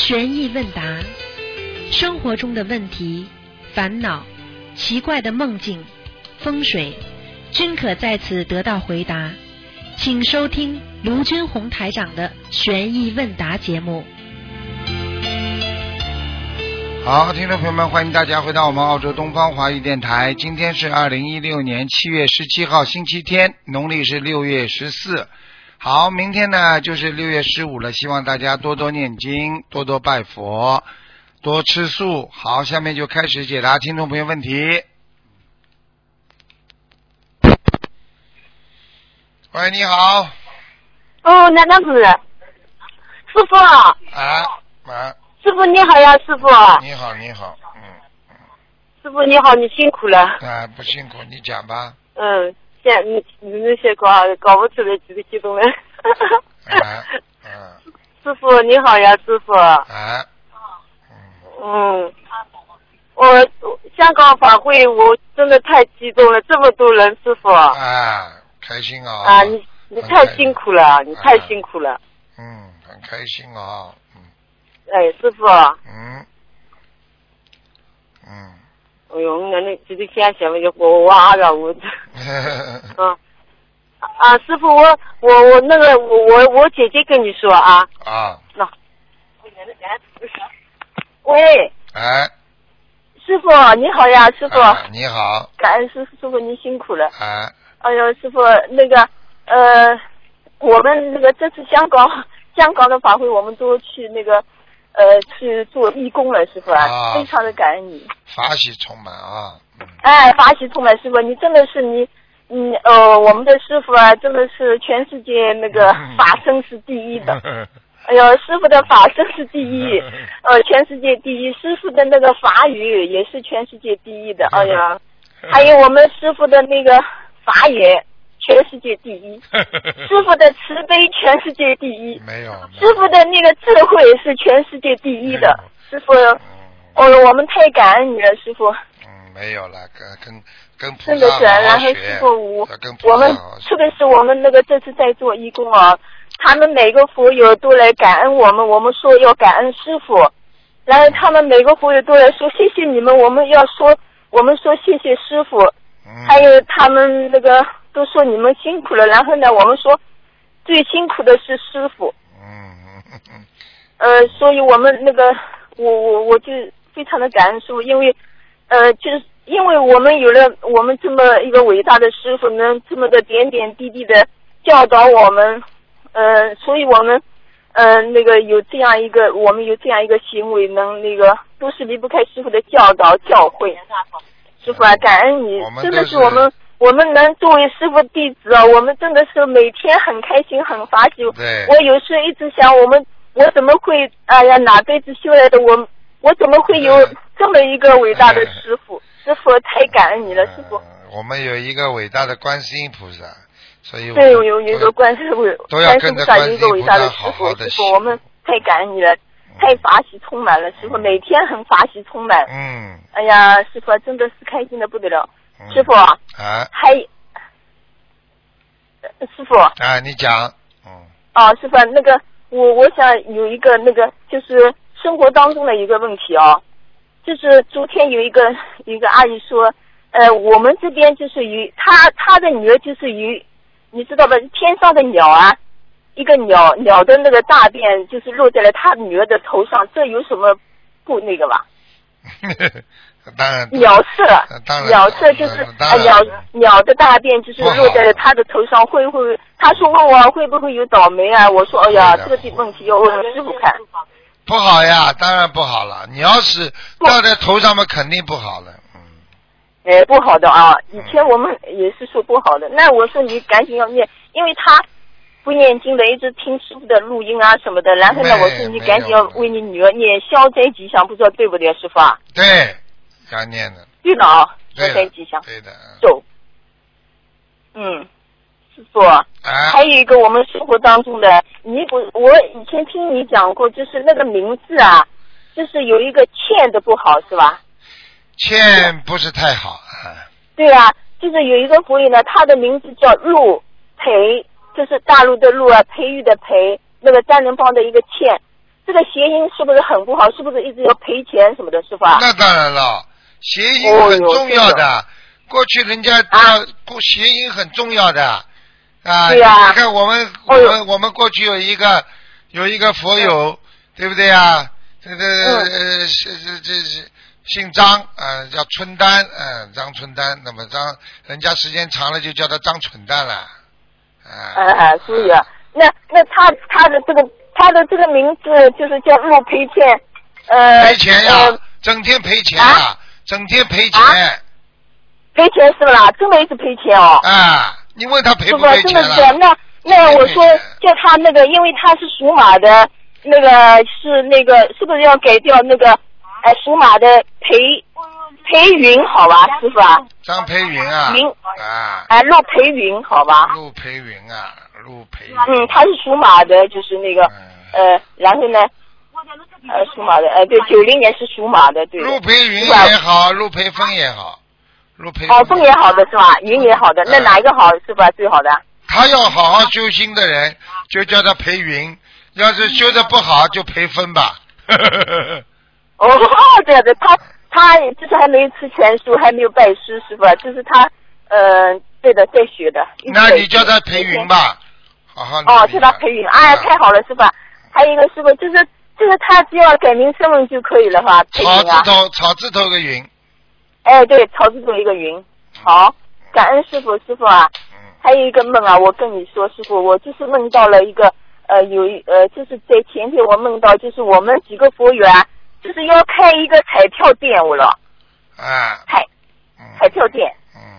悬疑问答，生活中的问题、烦恼、奇怪的梦境、风水，均可在此得到回答。请收听卢军红台长的悬疑问答节目。 好，听众朋友们，欢迎大家回到我们澳洲东方华语电台。今天是2016年7月17号星期天，农历是6月14。好，明天呢就是6月15了，希望大家多多念经，多多拜佛，多吃素。好，下面就开始解答听众朋友问题。喂，你好。 哦，那是师傅。师傅你好呀，师傅。 你好，你好， 师傅你好，你辛苦了。 不辛苦，你讲吧。 现在你那些搞不出来，几个激动了。师傅你好呀，师傅。我香港法会，我真的太激动了，这么多人，师傅。 开心啊！ 你太辛苦了，你太辛苦了。 很开心啊。 师傅。哎呦，那这个天下面就我哇了，我。师傅，我那个我姐姐跟你说啊。那。喂。师傅你好呀，师傅。 你好。 感恩师傅您辛苦了。哎呦，师傅，那个我们那个这次香港的法会，我们都去那个去做义工了，师傅非常的感恩你。 法喜充满啊！ 法喜充满，师傅，你真的是我们的师傅啊，真的是全世界那个法身是第一的。哎呦，师傅的法身是第一，全世界第一。师傅的那个法语也是全世界第一的。哎呀，还有我们师傅的那个法眼全世界第一，师傅的慈悲全世界第一， 没有， 师傅的那个智慧是全世界第一的，师傅，我们太感恩你了，师傅。 没有了，跟菩萨真的是，然后师傅我们特别是我们那个这次在做义工啊，他们每个佛友都来感恩我们说要感恩师傅，然后他们每个佛友都来说谢谢你们，我们说谢谢师傅。还有他们那个都说你们辛苦了，然后呢，我们说最辛苦的是师傅。所以我们那个我就非常的感恩师傅，因为就是因为我们有了我们这么一个伟大的师傅，能这么的点点滴滴的教导我们，所以我们那个有这样一个行为，能那个都是离不开师傅的教导教诲。师傅感恩你，真的是我们能作为师傅弟子啊，我们真的是每天很开心很法喜。我有时一直想我怎么会哪辈子修来的我怎么会有这么一个伟大的师傅？师傅太感恩你了，师傅。 我们有一个伟大的观世音菩萨，所以对，有一个观世音菩萨，有一个伟大的师傅，师傅我们太感恩你了。太法喜充满了，师傅每天很法喜充满。哎呀，师傅真的是开心的不得了。师傅师傅你讲。 师傅那个我想有一个那个就是生活当中的一个问题啊，就是昨天有一个阿姨说，我们这边就是她的女儿就是你知道吧，天上的鸟啊。一个鸟的那个大便就是落在了他女儿的头上，这有什么不那个吧？ 当然。 鸟舍就是鸟的大便就是落在了他的头上，会不会？他说问我会不会有倒霉啊？我说哎呀，这个问题要问师傅看。 不好呀，当然不好了。你要是掉在头上嘛，肯定不好了。 不好的啊！以前我们也是说不好的。那我说你赶紧要念，因为他。不念经的，一直听师傅的录音啊什么的，然后呢，我说你赶紧要为你女儿念消灾吉祥，不知道对不对，师傅啊？ 对，要念的。 对的啊，消灾吉祥。 对的。 走。师傅。还有一个我们生活当中的，我以前听你讲过，就是那个名字啊，就是有一个欠的不好，是吧？ 欠不是太好。 对啊，就是有一个佛友呢，他的名字叫陆培。就是大陆的陆啊，培育的培，那个3人帮的一个欠， 这个谐音是不是很不好？是不是一直要赔钱什么的，师傅啊？ 那当然了，谐音很重要的。过去人家谐音很重要的啊。 对呀。 你看我们过去有一个佛友，对不对啊？这是姓张叫春丹，张春丹。那么人家时间长了就叫他张蠢蛋了。 所以啊，那他的这个名字就是叫陆赔钱。 赔钱呀，整天赔钱啊，整天赔钱。 赔钱是不啦？真的一直赔钱哦。 你问他赔不赔钱了？ 真的那我说叫他那个，因为他是属马的，那个是不是要改掉那个属马的裴云好吧，师傅啊？ 张培云啊。 陆培云好吧？ 陆培云啊，陆培云。 他是属马的，就是那个然后呢？属马的，对，90年是属马的，对。 陆培云也好，陆培峰也好。 风也好的是吧？云也好的，那哪一个好是吧？最好的。 他要好好修心的人，就叫他裴云；要是修的不好，就裴峰吧。 这样的，他就是还没有吃全素，还没有拜师，是吧？就是他对的，在学的。 那你叫他裴云吧，好好。 叫他裴云，太好了，是吧？还有一个师傅，就是他只要改名声纹就可以了哈。 草字头个云。 对，草字头一个云。好，感恩师傅啊。还有一个梦啊，我跟你说，师傅，我就是梦到了一个就是在前天我梦到，就是我们几个佛缘，就是要开一个彩票店，我了。彩票店。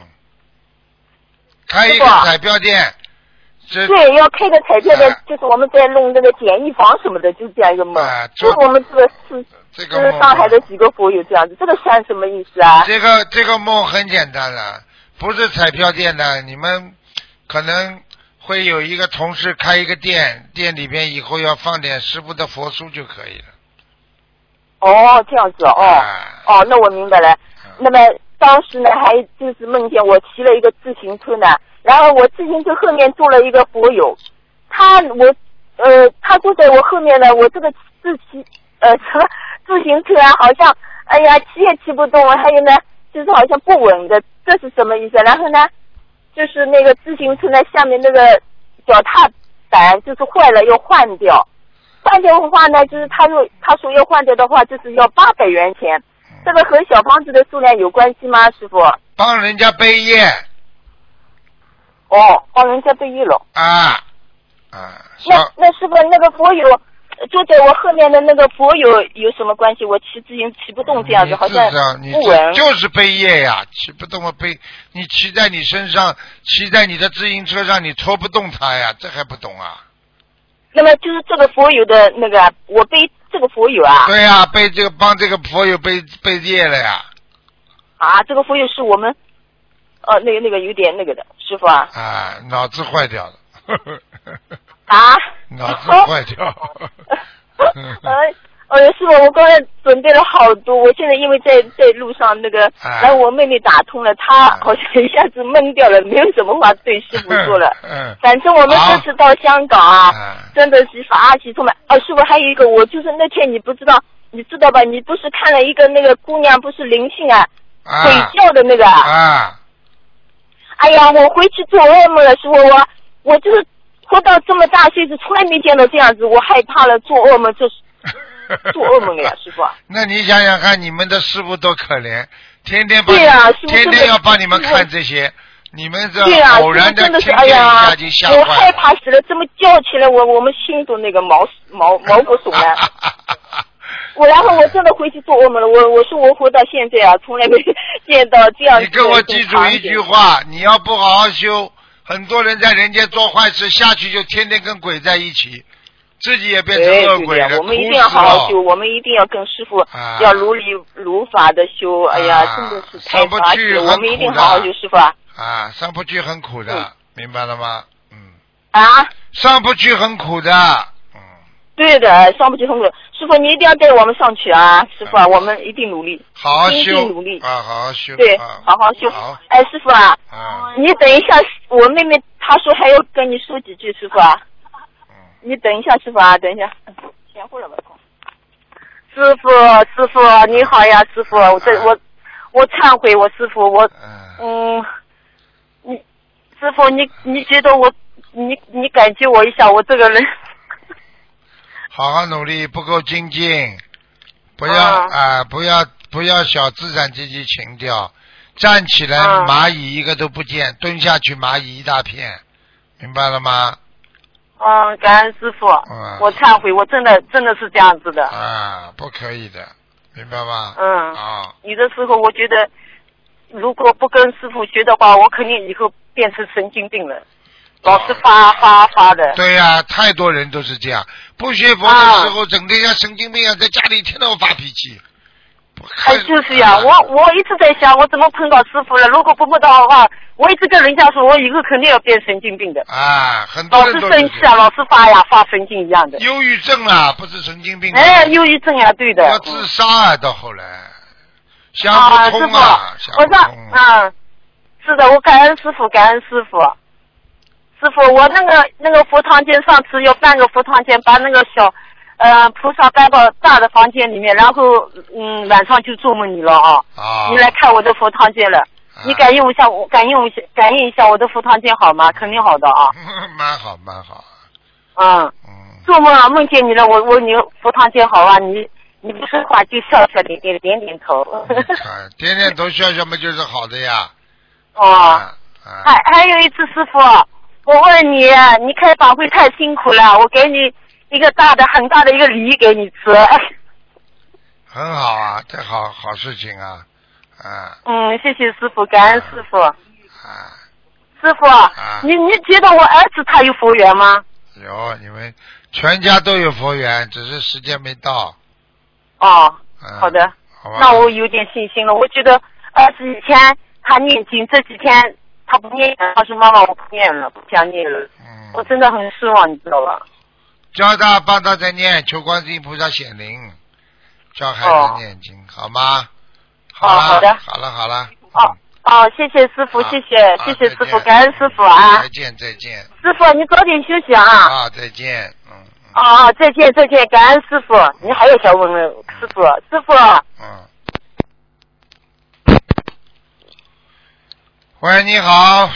开一个彩票店。 对，要开个彩票的，就是我们在弄那个简易房什么的，就这样一个梦。就是我们就是上海的几个佛友这样子，这个算什么意思啊？ 这个梦很简单了，不是彩票店的，你们可能会有一个同事开一个店，店里边以后要放点师父的佛书就可以了。 这样子那我明白了。那么当时呢，还就是梦见我骑了一个自行车呢。然后我自行车后面坐了一个佛友，他坐在我后面呢，我这个自行车啊，好像骑也骑不动，还有呢就是好像不稳的，这是什么意思？然后呢，就是那个自行车呢下面那个脚踏板就是坏了要换掉，的话呢，就是他说要换掉的话，就是要800元钱，这个和小房子的数量有关系吗，师傅？ 帮人家背业。 帮人家背业了。 那师傅，那个佛友坐在我后面的那个佛友有什么关系？我骑自行骑不动这样子，好像不稳。 就是背业呀，骑不动背，你骑在你身上，骑在你的自行车上，你拖不动它呀，这还不懂啊？ 那么就是这个佛友的那个，我背这个佛友啊？ 对呀，帮这个佛友背业了呀。 这个佛友是我们。那个有点那个的师傅啊。 脑子坏掉了。脑子坏掉。 师傅，我刚才准备了好多，我现在因为在路上那个，然后我妹妹打通了，她好像一下子懵掉了，没有什么话对师傅说了。反正我们这次到香港啊，真的是法喜充满。师傅还有一个，我就是那天你知道吧？你不是看了一个那个姑娘，不是灵性鬼叫的那个。哎呀，我回去做噩梦了，师傅，我就是活到这么大岁数，从来没见到这样子，我害怕了，做噩梦就是做噩梦了呀，师傅。 那你想想看，你们的师傅多可怜，天天要帮你们看这些，你们这偶然的听见一下就吓坏了。 我害怕死了，这么叫起来，我们心都那个毛骨悚然。然后我真的回去做噩梦了。我说我活到现在啊，从来没见到这样。 你跟我记住一句话，你要不好好修，很多人在人间做坏事，下去就天天跟鬼在一起，自己也变成恶鬼了。 我们一定要好好修，我们一定要跟师傅要如理如法的修。哎呀，真的是太法喜，我们一定好好修，师傅。 上不去很苦的，明白了吗？ 上不去很苦的。 对的，上不去很苦。师傅，你一定要带我们上去啊！师傅我们一定努力， 好好修， 一定努力好好修。 对，好好修。师傅你等一下，我妹妹她说还要跟你说几句，师傅你等一下，师傅等一下。 先回来吧。师傅你好呀，师傅，我忏悔，我师傅师傅你觉得你感激我一下，我这个人好好努力，不够精进，不要不要小资产阶级情调，站起来蚂蚁一个都不见，蹲下去蚂蚁一大片，明白了吗？ 感恩师傅，我忏悔，我真的是这样子的。 不可以的，明白吗？ 有的时候我觉得，如果不跟师傅学的话，我肯定以后变成神经病了，老是发的。 对呀，太多人都是这样，不学佛的时候，整天像神经病一样，在家里天天发脾气。 就是呀，我一直在想，我怎么碰到师傅了？如果不碰到的话，我一直跟人家说，我以后肯定要变神经病的。 很多人都老是生气啊，老是发神经一样的。 忧郁症啊，不是神经病。 忧郁症呀，对的。 要自杀啊，到后来想不通啊，想不通。 是的，我感恩师傅，感恩师傅。师傅，我那个佛堂间，上次要搬个佛堂间，把那个小。菩萨搬到大的房间里面，然后晚上就做梦你了你来看我的佛堂间了，你感应一下我的佛堂间好吗？肯定好的蛮好。 做梦见你了，我你佛堂间好啊，你不说话就笑点头。 点头笑嘛就是好的呀。 还有一次师傅，我问你开法会太辛苦了，我给你一个很大的一个梨给你吃。 很好啊，这好事情啊。 谢谢师傅，感恩师傅。师傅，你觉得我儿子他有佛缘吗？ 有，你们全家都有佛缘，只是时间没到。 好的，那我有点信心了。我觉得儿子以前他念经，这几天他不念，他说妈妈我不念了，不想念了。我真的很失望，你知道吧？ 叫他帮他在念，求观世音菩萨显灵，叫孩子念经，好吗？ 好的， 好了。 谢谢师傅，谢谢师傅，感恩师傅啊！ 再见。 师傅，你早点休息啊！ 再见。 再见，感恩师傅。你还有想问问师傅？ 喂，你好。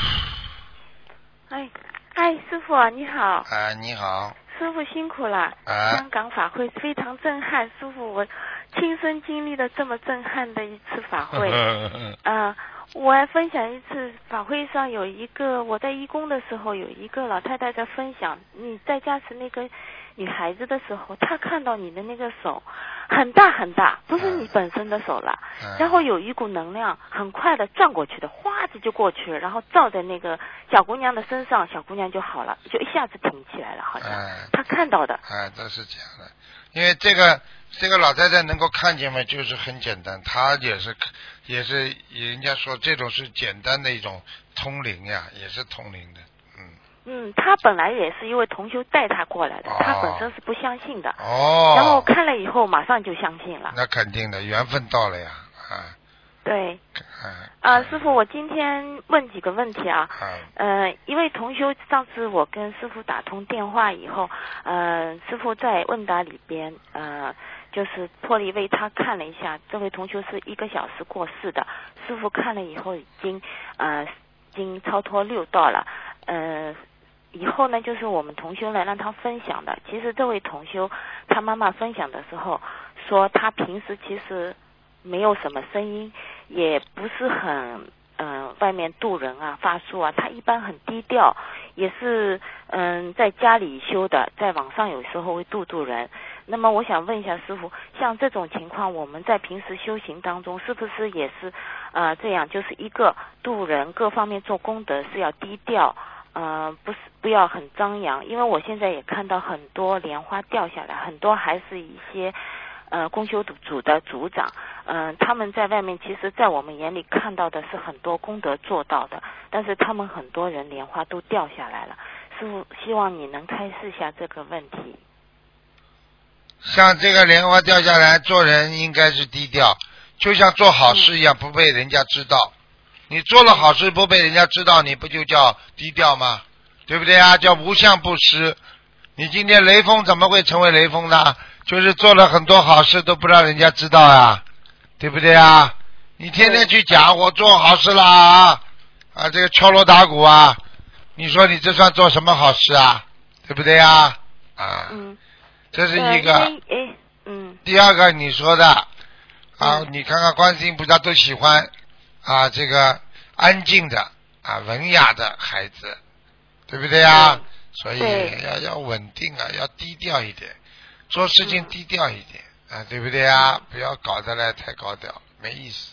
嗨，师傅你好。 你好。 师傅辛苦了。香港法会非常震撼，师傅我亲身经历了这么震撼的一次法会。我还分享一次法会上有一个，我在义工的时候有一个老太太在分享，你在加持那个女孩子的时候，她看到你的那个手很大很大，不是你本身的手了，然后有一股能量很快的转过去的，哗子就过去了，然后照在那个小姑娘的身上，小姑娘就好了，就一下子挺起来了，好像她看到的。 都是这样的，因为这个老太太能够看见嘛，就是很简单，她也是人家说这种是简单的一种通灵呀，也是通灵的。 他本来也是因为同修带他过来的，他本身是不相信的。然后看了以后马上就相信了。 那肯定的，缘分到了呀。 对。师傅，我今天问几个问题啊。因为同修上次我跟师傅打通电话以后，师傅在问答里边，就是破例为他看了一下，这位同修是1个小时过世的，师傅看了以后已经超脱6道了。以后呢，就是我们同修来让他分享的。其实这位同修他妈妈分享的时候说，他平时其实没有什么声音，也不是很外面度人啊发书啊，他一般很低调，也是在家里修的，在网上有时候会度人。那么我想问一下师傅，像这种情况我们在平时修行当中是不是也是这样，就是一个度人各方面做功德是要低调，不要很张扬，因为我现在也看到很多莲花掉下来，很多还是一些公修组的组长，他们在外面其实在我们眼里看到的是很多功德做到的，但是他们很多人莲花都掉下来了。师父，希望你能开示下这个问题。 像这个莲花掉下来，做人应该是低调，就像做好事一样，不被人家知道。你做了好事不被人家知道，你不就叫低调吗？对不对啊？叫无相不施。你今天雷锋怎么会成为雷锋呢？ 就是做了很多好事都不让人家知道啊，对不对啊？你天天去讲我做好事啦这个敲锣打鼓啊，你说你这算做什么好事啊？对不对啊？这是一个。第二个你说的你看看观世音菩萨都喜欢这个安静的文雅的孩子，对不对啊？所以要稳定要低调一点，做事情低调一点对不对啊？不要搞得来太高调，没意思。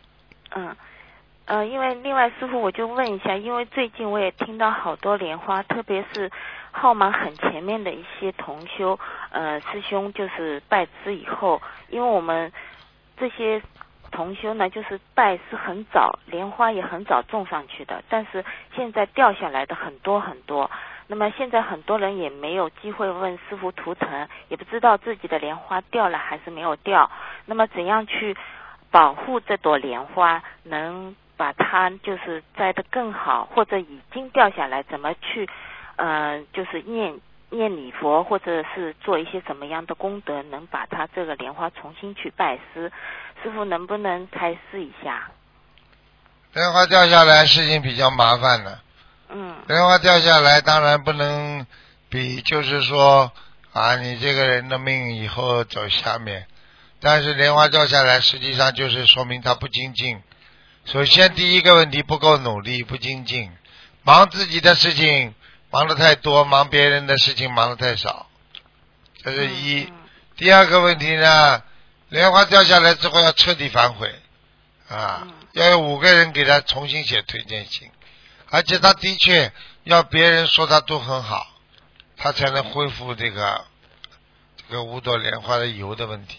因为另外师父我就问一下，因为最近我也听到好多莲花，特别是号码很前面的一些同修师兄，就是拜师以后，因为我们这些同修呢，就是拜是很早，莲花也很早种上去的，但是现在掉下来的很多很多。那么现在很多人也没有机会问师父图腾，也不知道自己的莲花掉了还是没有掉。那么怎样去保护这朵莲花，能把它就是栽得更好，或者已经掉下来怎么去就是念礼佛，或者是做一些什么样的功德，能把它这个莲花重新去拜师。师父能不能开示一下？ 莲花掉下来事情比较麻烦的。莲花掉下来当然不能比就是说你这个人的命以后走下面，但是莲花掉下来实际上就是说明他不精进。首先第一个问题不够努力，不精进，忙自己的事情忙得太多，忙别人的事情忙得太少，这是一。第二个问题呢，莲花掉下来之后要彻底反悔要有5个人给他重新写推荐信，而且他的确要别人说他都很好，他才能恢复这个5朵莲花的油的问题。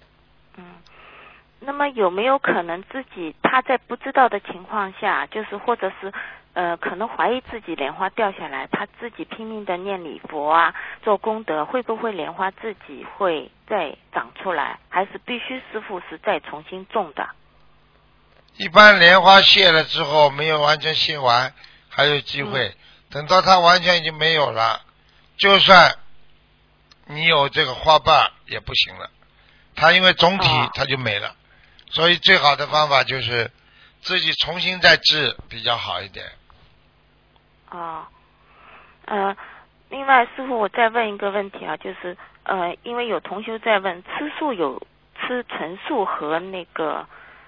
那么有没有可能自己他在不知道的情况下，就是或者是可能怀疑自己莲花掉下来，他自己拼命的念礼佛做功德，会不会莲花自己会再长出来，还是必须师父是再重新种的？ 一般莲花谢了之后没有完全谢完还有机会，等到它完全已经没有了，就算你有这个花瓣也不行了，它因为总体它就没了。所以最好的方法就是自己重新再治比较好一点。 另外师父我再问一个问题就是因为有同学在问，吃素有吃纯素和那个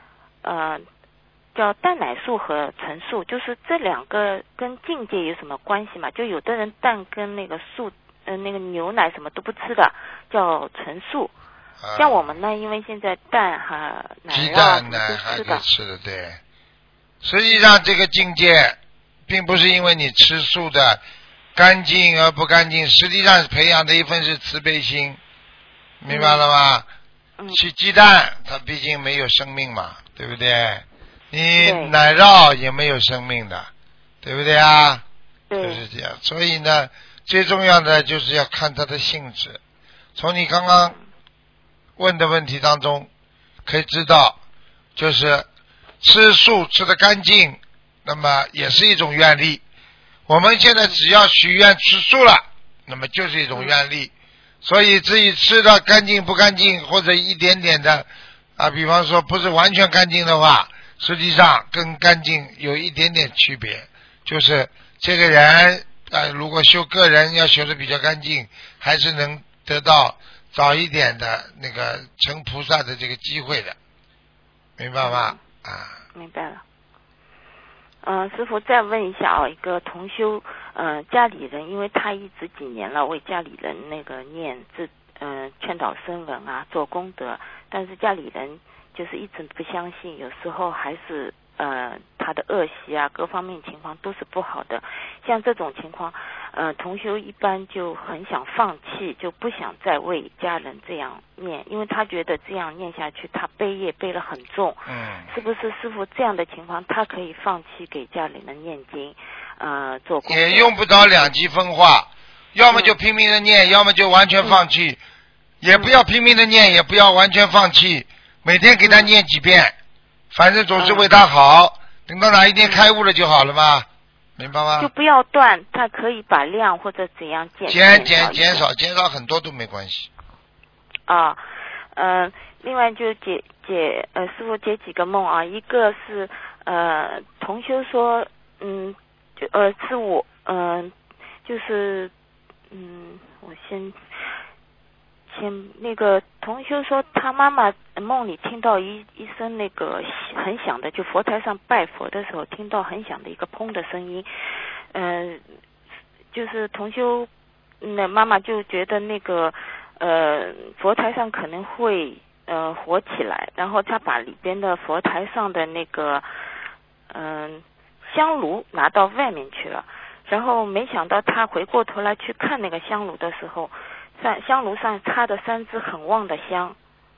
叫蛋奶素和纯素，就是这2个跟境界有什么关系吗？就有的人蛋跟那个素那个牛奶什么都不吃的叫纯素，像我们呢，因为现在蛋和奶鸡蛋奶还可以吃的，对。实际上这个境界并不是因为你吃素的干净而不干净，实际上培养的一份是慈悲心，明白了吗？吃鸡蛋它毕竟没有生命嘛，对不对？你奶酪也没有生命的，对不对啊？就是这样。所以呢，最重要的就是要看它的性质。从你刚刚问的问题当中可以知道，就是吃素吃得干净，那么也是一种愿力。我们现在只要许愿吃素了，那么就是一种愿力。所以至于吃的干净不干净，或者一点点的比方说不是完全干净的话，实际上跟干净有一点点区别，就是这个人如果修个人要修得比较干净，还是能得到早一点的那个成菩萨的这个机会的，明白吗？ 明白了。师父再问一下一个同修家里人，因为他一直几年了为家里人那个念劝导声闻做功德，但是家里人就是一直不相信，有时候还是他的恶习各方面情况都是不好的。像这种情况同修一般就很想放弃，就不想再为家人这样念，因为他觉得这样念下去他背业背了很重。是不是师父这样的情况他可以放弃给家里人念经做功德？ 也用不着两极分化，要么就拼命的念，要么就完全放弃。也不要拼命的念，也不要完全放弃，每天给他念几遍，反正总是为他好，等到哪一天开悟了就好了嘛，明白吗？ 就不要断，他可以把量或者怎样减少很多都没关系。 啊，另外就师傅解几个梦啊，一个是同修说，是我，就是我先那个同修说他妈妈梦里听到一声那个很响的，就佛台上拜佛的时候听到很响的一个砰的声音，就是同修那妈妈就觉得那个佛台上可能会火起来，然后他把里边的佛台上的那个香炉拿到外面去了，然后没想到他回过头来去看那个香炉的时候，香炉上插的3支很旺的香。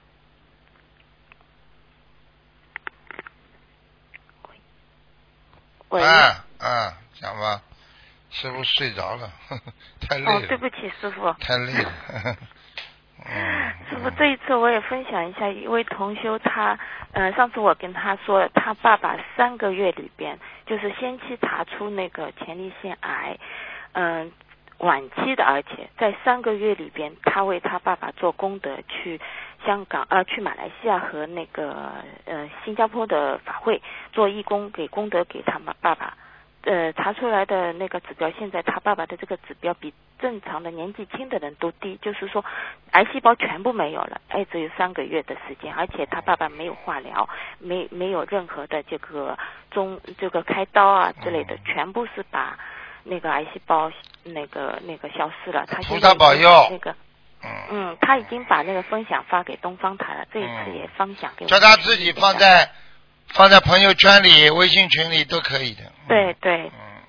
喂， 讲吧，师傅睡着了，呵呵，太累了。 对不起，师傅。 太累了。 师傅，这一次我也分享一下一位同修，他上次我跟他说，他爸爸3个月里边就是先期查出那个前列腺癌，晚期的，而且在3个月里边，他为他爸爸做功德，去香港去马来西亚和那个新加坡的法会做义工，给功德给他爸爸。查出来的那个指标，现在他爸爸的这个指标比正常的年纪轻的人都低，就是说癌细胞全部没有了，只有3个月的时间，而且他爸爸没有化疗，没有任何的这个开刀啊之类的，全部是把那个癌细胞那个消失了。他现在保佑那个他已经把那个分享发给东方台了，这一次也分享给我。 叫他自己放在朋友圈里、微信群里都可以的。 对对，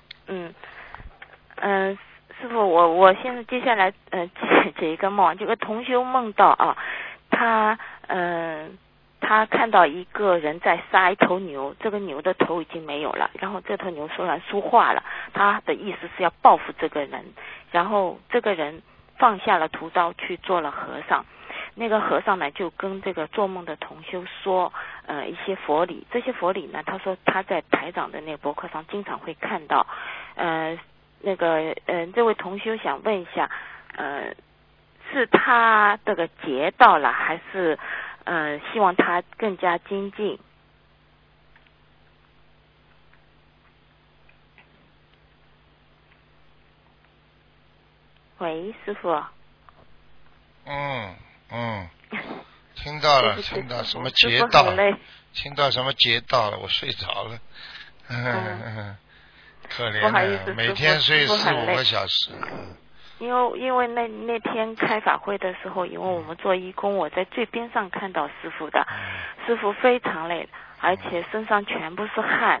师傅，我现在接下来解一个梦，这个同修梦到啊，他看到一个人在杀一头牛，这个牛的头已经没有了，然后这头牛虽然说话了，他的意思是要报复这个人，然后这个人放下了屠刀去做了和尚。那个和尚呢就跟这个做梦的同修说一些佛理，这些佛理呢他说他在台长的那个博客上经常会看到，这位同修想问一下，是他这个劫到了，还是希望他更加精进？喂，师傅。 听到了，听到什么劫道了，听到什么劫道了，我睡着了。可怜的，每天睡4-5个小时。 因为那天开法会的时候，因为我们做义工，我在最边上看到师傅的，师傅非常累，而且身上全部是汗。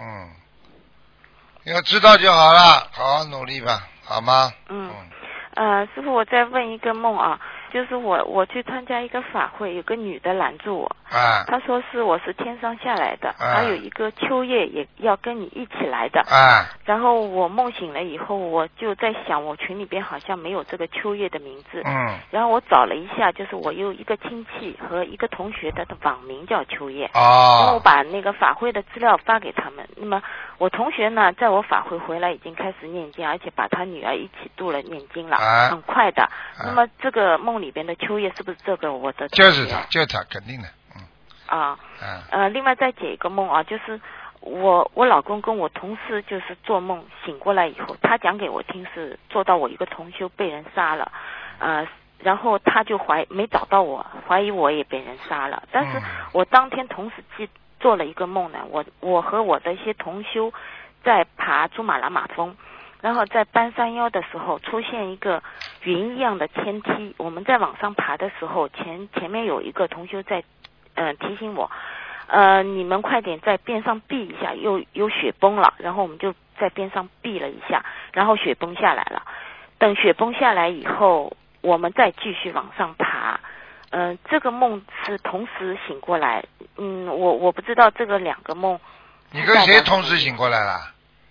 要知道就好了，好好努力吧，好吗？ 师傅，我再问一个梦啊，就是我去参加一个法会，有个女的拦住我，她说我是天上下来的，还有一个秋叶也要跟你一起来的，然后我梦醒了以后，我就在想，我群里边好像没有这个秋叶的名字，然后我找了一下，就是我有一个亲戚和一个同学的网名叫秋叶，然后我把那个法会的资料发给他们。那么我同学呢，在我法会回来已经开始念经，而且把他女儿一起度了念经了，很快的。那么这个梦里边的秋叶是不是这个我的同学？ 就是他，肯定的。 另外再解一个梦啊，就是我老公跟我同事就是做梦醒过来以后，他讲给我听是做到我一个同修被人杀了，然后他就没找到我，怀疑我也被人杀了。但是我当天同时做了一个梦呢，我和我的一些同修在爬珠穆朗玛峰，然后在搬山腰的时候出现一个云一样的天梯，我们在往上爬的时候，前面有一个同修在提醒我，你们快点在边上避一下，有雪崩了，然后我们就在边上避了一下，然后雪崩下来了。等雪崩下来以后，我们再继续往上爬。这个梦是同时醒过来，我不知道这个2个梦。 你跟谁同时醒过来了？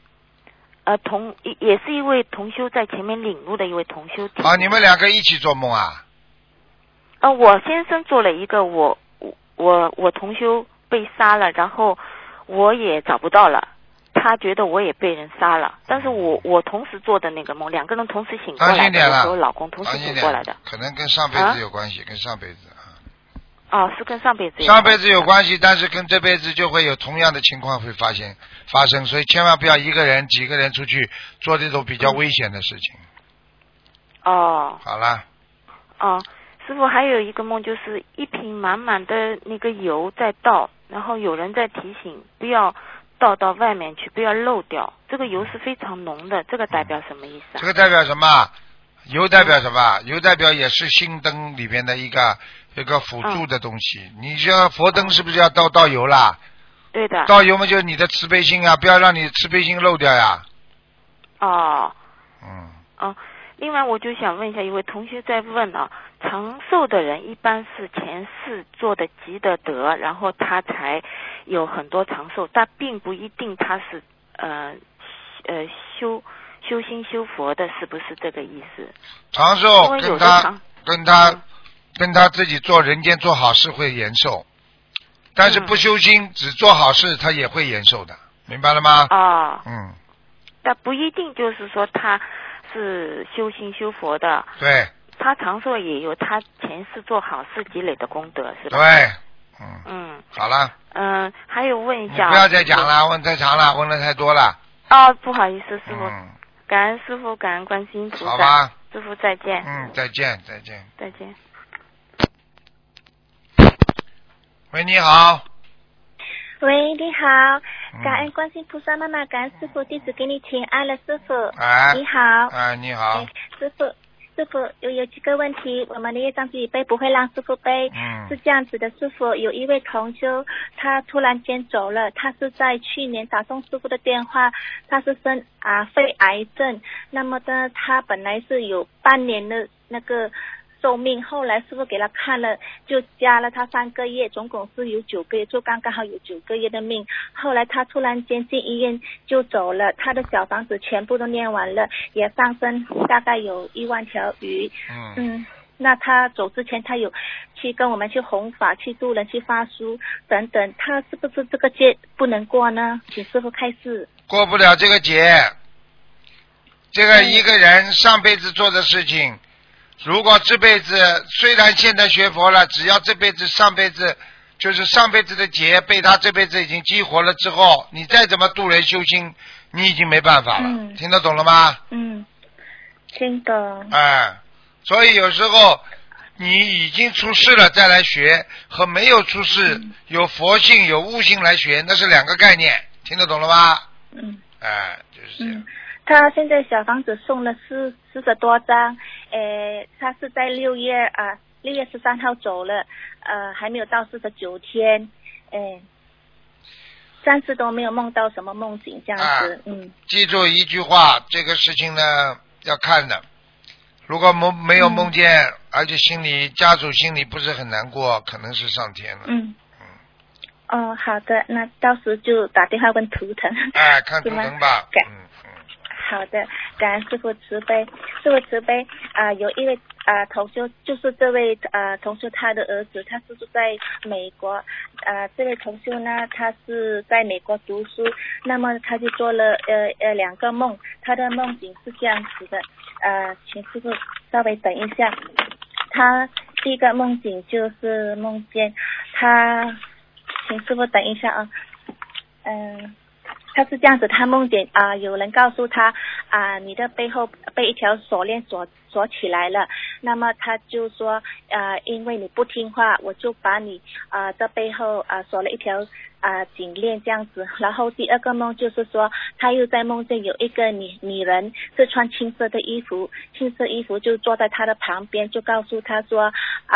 也是一位同修在前面领路的一位同修。 你们2个一起做梦啊？ 我先生做了一个，我同修被杀了，然后我也找不到了， 他觉得我也被人杀了，但是我同时做的那个梦，两个人同时醒过来的，我和我老公同时醒过来的。 可能跟上辈子有关系，跟上辈子哦，是跟上辈子有关系。 上辈子有关系，但是跟这辈子就会有同样的情况会发生，所以千万不要一个人几个人出去做这种比较危险的事情。 哦。 好了。 哦，师傅还有一个梦，就是一瓶满满的那个油在倒，然后有人在提醒不要倒到外面去，不要漏掉。这个油是非常浓的，这个代表什么意思啊？ 这个代表什么？油代表什么？油代表也是心灯里边的一个辅助的东西。你像佛灯是不是要倒油啦？ 对的。 倒油嘛，就是你的慈悲心啊，不要让你慈悲心漏掉呀。 哦。 嗯。 哦，另外我就想问一下，一位同学在问啊，长寿的人一般是前世做的积的德，然后他才有很多长寿，但并不一定他是修心修佛的，是不是这个意思？ 长寿跟他自己做人间做好事会延寿，但是不修心只做好事他也会延寿的，明白了吗？ 啊。但不一定就是说他是修心修佛的。 对。 他长寿也有他前世做好事积累的功德，是吧？ 对。好了。 还有问一下。 不要再讲了，问太长了，问的太多了。 哦，不好意思，师傅。感恩师傅，感恩观世音菩萨。 好吧。 师傅再见。 再见。 再见。 喂，你好。 喂，你好，感恩观世音菩萨妈妈，感恩师傅，弟子给你请安了，师傅。你好。 你好。 师傅有几个问题，我们的业障自己背，不会让师傅背。是这样子的，师傅，有一位同修，他突然间走了，他是在去年打通师傅的电话，他是生肺癌症，那么呢，他本来是有半年的那个寿命，后来师傅给他看了，就加了他3个月，总共是有9个月，就刚好有9个月的命。后来他突然间进医院就走了，他的小房子全部都念完了，也上升大概有1万条鱼。那他走之前，他有去跟我们去弘法、去度人、去发书等等，他是不是这个劫不能过呢？请师傅开示。 过不了这个劫，这个一个人上辈子做的事情。如果这辈子虽然现在学佛了，只要这辈子上辈子就是上辈子的劫被他这辈子已经激活了之后，你再怎么度人修心，你已经没办法了。听得懂了吗？ 听懂。 所以有时候你已经出世了再来学，和没有出世有佛性有悟性来学，那是2个概念，听得懂了吗？就是这样。 他现在小房子送了40多张，他是在6月13号走了，还没有到49天，暂时都没有梦到什么梦境这样子。 记住一句话，这个事情呢要看的，如果没有梦见，而且家属心里不是很难过，可能是上天了。 好的，那到时就打电话问图腾。 看图腾吧。 好的，感恩师父慈悲，师父慈悲。有一位同修，就是这位同修他的儿子，他是住在美国。这位同修呢，他是在美国读书，那么他就做了2个梦，他的梦境是这样子的。请师父稍微等一下。他第一个梦境就是梦见他，请师父等一下啊。他是这样子，他梦见有人告诉他你的背后被一条锁链锁起来了，那么他就说因为你不听话，我就把你的背后锁了一条颈链这样子。然后第2个梦就是说，他又在梦见有一个女人是穿青色的衣服，青色衣服就坐在他的旁边，就告诉他说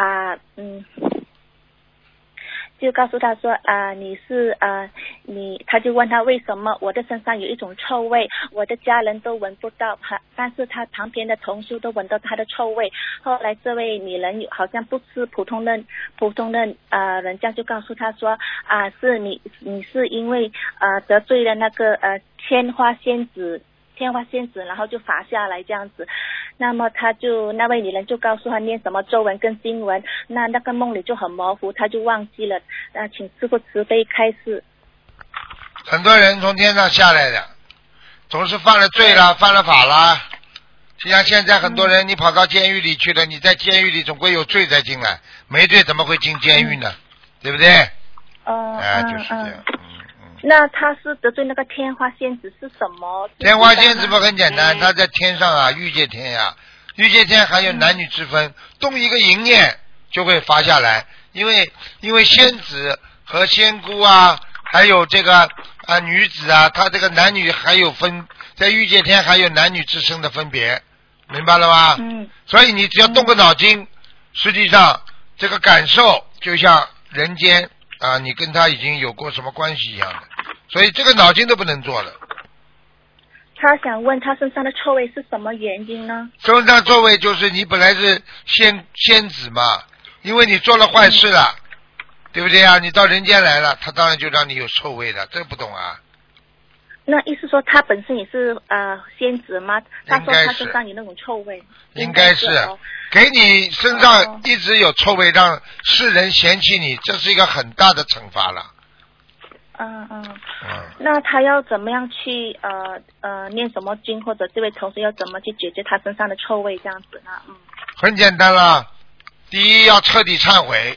他就问他为什么我的身上有一种臭味，我的家人都闻不到，但是他旁边的同修都闻到他的臭味。后来这位女人好像不是普通的人家就告诉他说是你是因为得罪了那个天花仙子，然后就罚下来这样子。那么那位女人就告诉他念什么咒文跟经文，那个梦里就很模糊，他就忘记了。请师父慈悲开示。 很多人从天上下来的，总是犯了罪了，犯了法了。就像现在很多人，你跑到监狱里去了，你在监狱里总归有罪才进来，没罪怎么会进监狱呢？对不对？就是这样。 那他是得罪那个天花仙子是什么？ 天花仙子不很简单，他在天上啊，欲界天呀，欲界天还有男女之分，动一个淫念就会罚下来，因为仙子和仙姑啊，还有这个女子啊，他这个男女还有分，在欲界天还有男女之身的分别，明白了吗？所以你只要动个脑筋，实际上这个感受就像人间啊，你跟他已经有过什么关系一样的，所以这个脑筋都不能做的。 他想问他身上的臭味是什么原因呢？ 身上臭味就是你本来是仙子嘛，因为你做了坏事了，对不对啊？你到人间来了，他当然就让你有臭味的，这不懂啊？ 那意思说他本身也是仙子吗？他说他身上有那种臭味。 应该是给你身上一直有臭味，让世人嫌弃你，这是一个很大的惩罚了。 那他要怎么样去念什么经，或者这位同事要怎么去解决他身上的臭味这样子呢？ 很简单了，第一要彻底忏悔。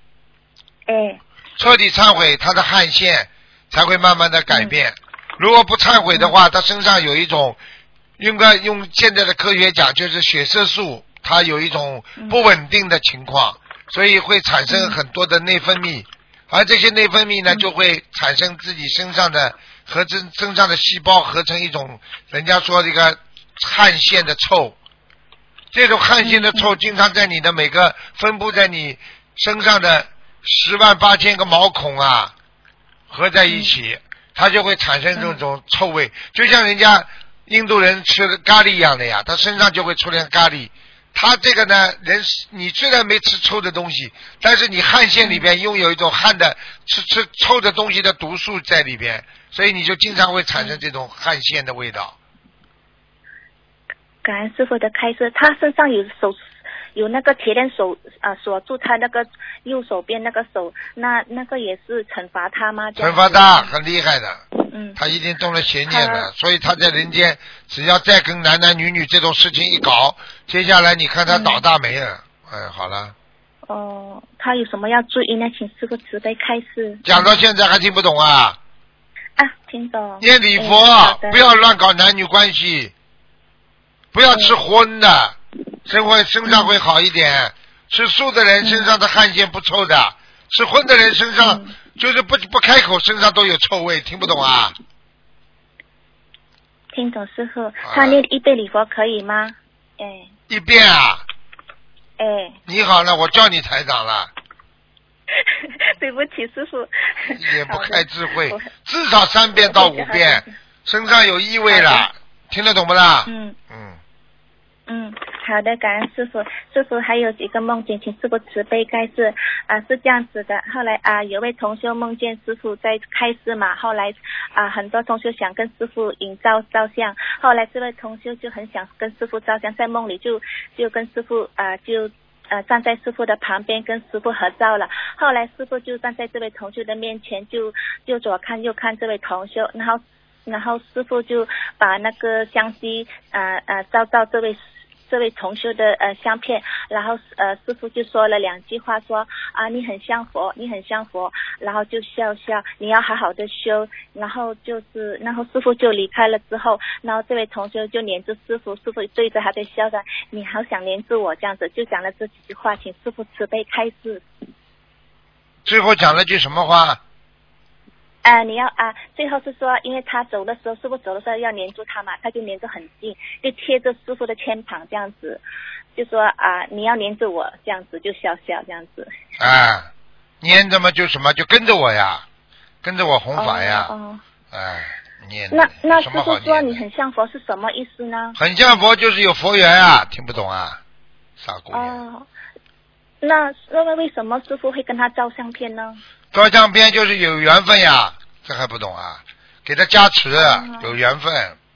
彻底忏悔，他的汗腺才会慢慢的改变。如果不忏悔的话，他身上有一种应该用现在的科学讲，就是血色素它有一种不稳定的情况，所以会产生很多的内分泌，而这些内分泌呢就会产生自己身上的身上的细胞合成一种人家说这个汗腺的臭。这种汗腺的臭经常在你的每个分布在你身上的108000个毛孔啊合在一起，它就会产生这种臭味，就像人家印度人吃咖喱一样的呀，他身上就会出现咖喱。他这个呢，你虽然没吃臭的东西，但是你汗腺里边拥有一种汗的吃臭的东西的毒素在里边，所以你就经常会产生这种汗腺的味道。 感恩师父的开示，他身上有那个铁链锁住他那个右手边那个手，那个也是惩罚他吗？ 惩罚他很厉害的。他一定动了邪念了，所以他在人间只要再跟男男女女这种事情一搞，接下来你看他倒大霉了。好了。 他有什么要注意呢？请师父慈悲开示。 讲到现在还听不懂啊？ 听懂。 念礼佛，不要乱搞男女关系，不要吃荤的，身上会好一点。吃素的人身上的汗腺不臭的，吃荤的人身上就是不开口身上都有臭味，听不懂啊？ 听懂师父，他念1遍礼佛可以吗 ？1遍啊？你好了，我叫你台长了。 对不起师父。 也不开智慧，至少3遍到5遍，身上有异味了，听得懂不啦？ 好的，感恩师父。师父还有几个梦境，请师父慈悲开示。是这样子的，后来有位同修梦见师父在开示嘛，后来很多同修想跟师父引照相，后来这位同修就很想跟师父照相，在梦里就跟师父站在师父的旁边跟师父合照了。后来师父就站在这位同修的面前，就左看右看这位同修，然后师父就把那个相机照这位同修的相片，然后师父就说了2句话，说你很像佛，你很像佛，然后就笑，你要好好的修，然后师父就离开了之后，然后这位同修就黏住师父，师父对着他在笑着，你好想黏住我这样子，就讲了这几句话，请师父慈悲开示。 最后讲了句什么话？ 你要最后是说，因为他走的时候，师父走的时候要黏住他嘛，他就黏着很近，就贴着师父的肩膀这样子，就说你要黏着我这样子，就笑这样子。 黏着嘛就什么就跟着我呀，跟着我弘法呀。黏。 那师父说你很像佛是什么意思呢？ 很像佛就是有佛缘啊，听不懂啊，傻姑娘。 那为什么师父会跟他照相片呢？ 照相片就是有缘分呀，这还不懂啊？给他加持，有缘分。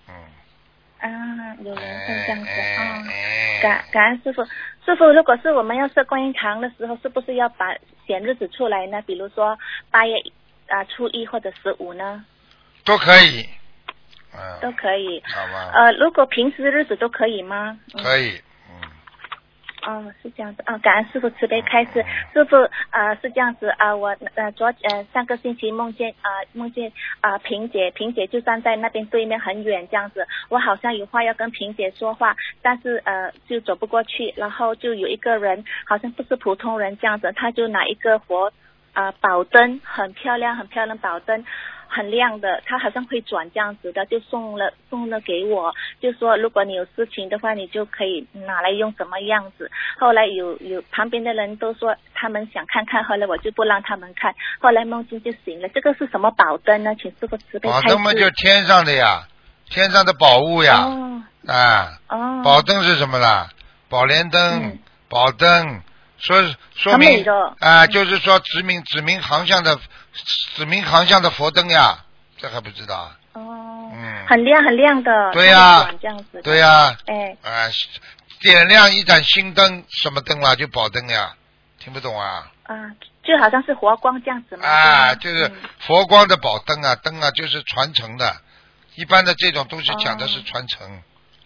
有缘分这样子感恩师父。师父，如果是我们要设观音堂的时候，是不是要选日子出来呢？比如说8月初1或者15呢？ 都可以。 都可以。 好吧。 如果平时日子都可以吗？ 可以。 是这样子。感恩师父慈悲开示。师父是这样子我上个星期梦见萍姐就站在那边对面很远这样子，我好像有话要跟萍姐说话，但是就走不过去，然后就有一个人好像不是普通人这样子，他就拿一个宝灯，很漂亮宝灯，很亮的，他好像会转这样子的，就送了给我，就说如果你有事情的话，你就可以拿来用什么样子。后来有旁边的人都说他们想看看，后来我就不让他们看，后来梦境就醒了。这个是什么宝灯呢？请师父慈悲开示。 宝灯嘛，就天上的呀，天上的宝物呀。宝灯是什么啦？宝莲灯，宝灯。说明就是说指明航向的佛灯呀，这还不知道啊？ 很亮的。 对呀， 这样子。 对呀。点亮一盏新灯，什么灯啦？就宝灯呀，听不懂啊？ 就好像是佛光这样子嘛。 就是佛光的宝灯啊，灯啊就是传承的，一般的这种都是讲的是传承。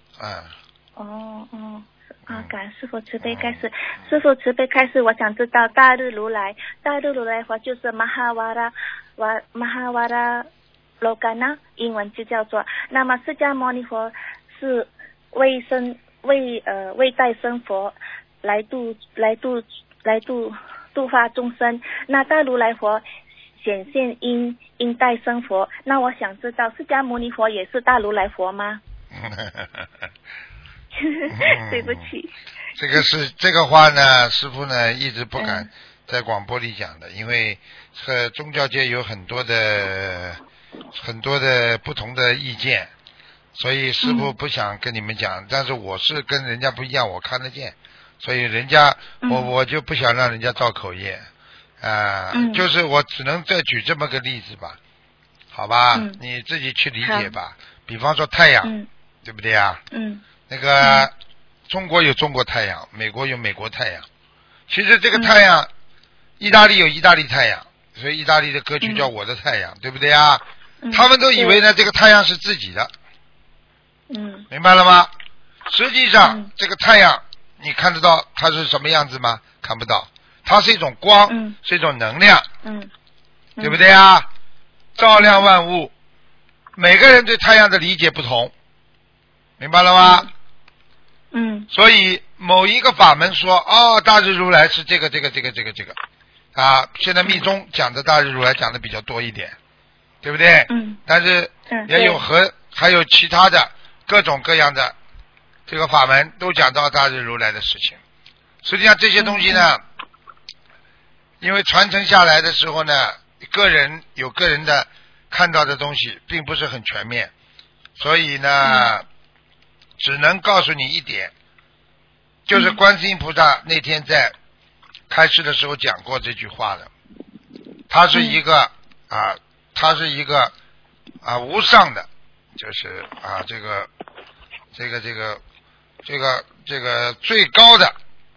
感恩师父慈悲开示。师父慈悲开示，我想知道大日如来佛就是马哈瓦拉罗干呐，英文就叫做。那么释迦牟尼佛是为代生佛来度化众生，那大如来佛显现因代生佛，那我想知道释迦牟尼佛也是大如来佛吗？对不起。 这个话呢，师父呢一直不敢在广播里讲的，因为宗教界有很多的不同的意见，所以师父不想跟你们讲。但是我是跟人家不一样，我看得见，所以人家我就不想让人家造口业就是我只能再举这么个例子吧，好吧？你自己去理解吧。比方说太阳，对不对啊？那个中国有中国太阳，美国有美国太阳。其实这个太阳，意大利有意大利太阳，所以意大利的歌曲叫我的太阳，对不对啊？他们都以为呢这个太阳是自己的。明白了吗？实际上这个太阳你看得到它是什么样子吗？看不到，它是一种光，是一种能量，对不对啊？照亮万物，每个人对太阳的理解不同，明白了吗？所以某一个法门说大日如来是这个现在密宗讲的大日如来讲的比较多一点，对不对？但是也有还有其他的各种各样的这个法门都讲到大日如来的事情。实际上这些东西呢，因为传承下来的时候呢，个人有个人的看到的东西并不是很全面，所以呢只能告诉你一点，就是观世音菩萨那天在开示的时候讲过这句话的，他是一个无上的，就是这个最高的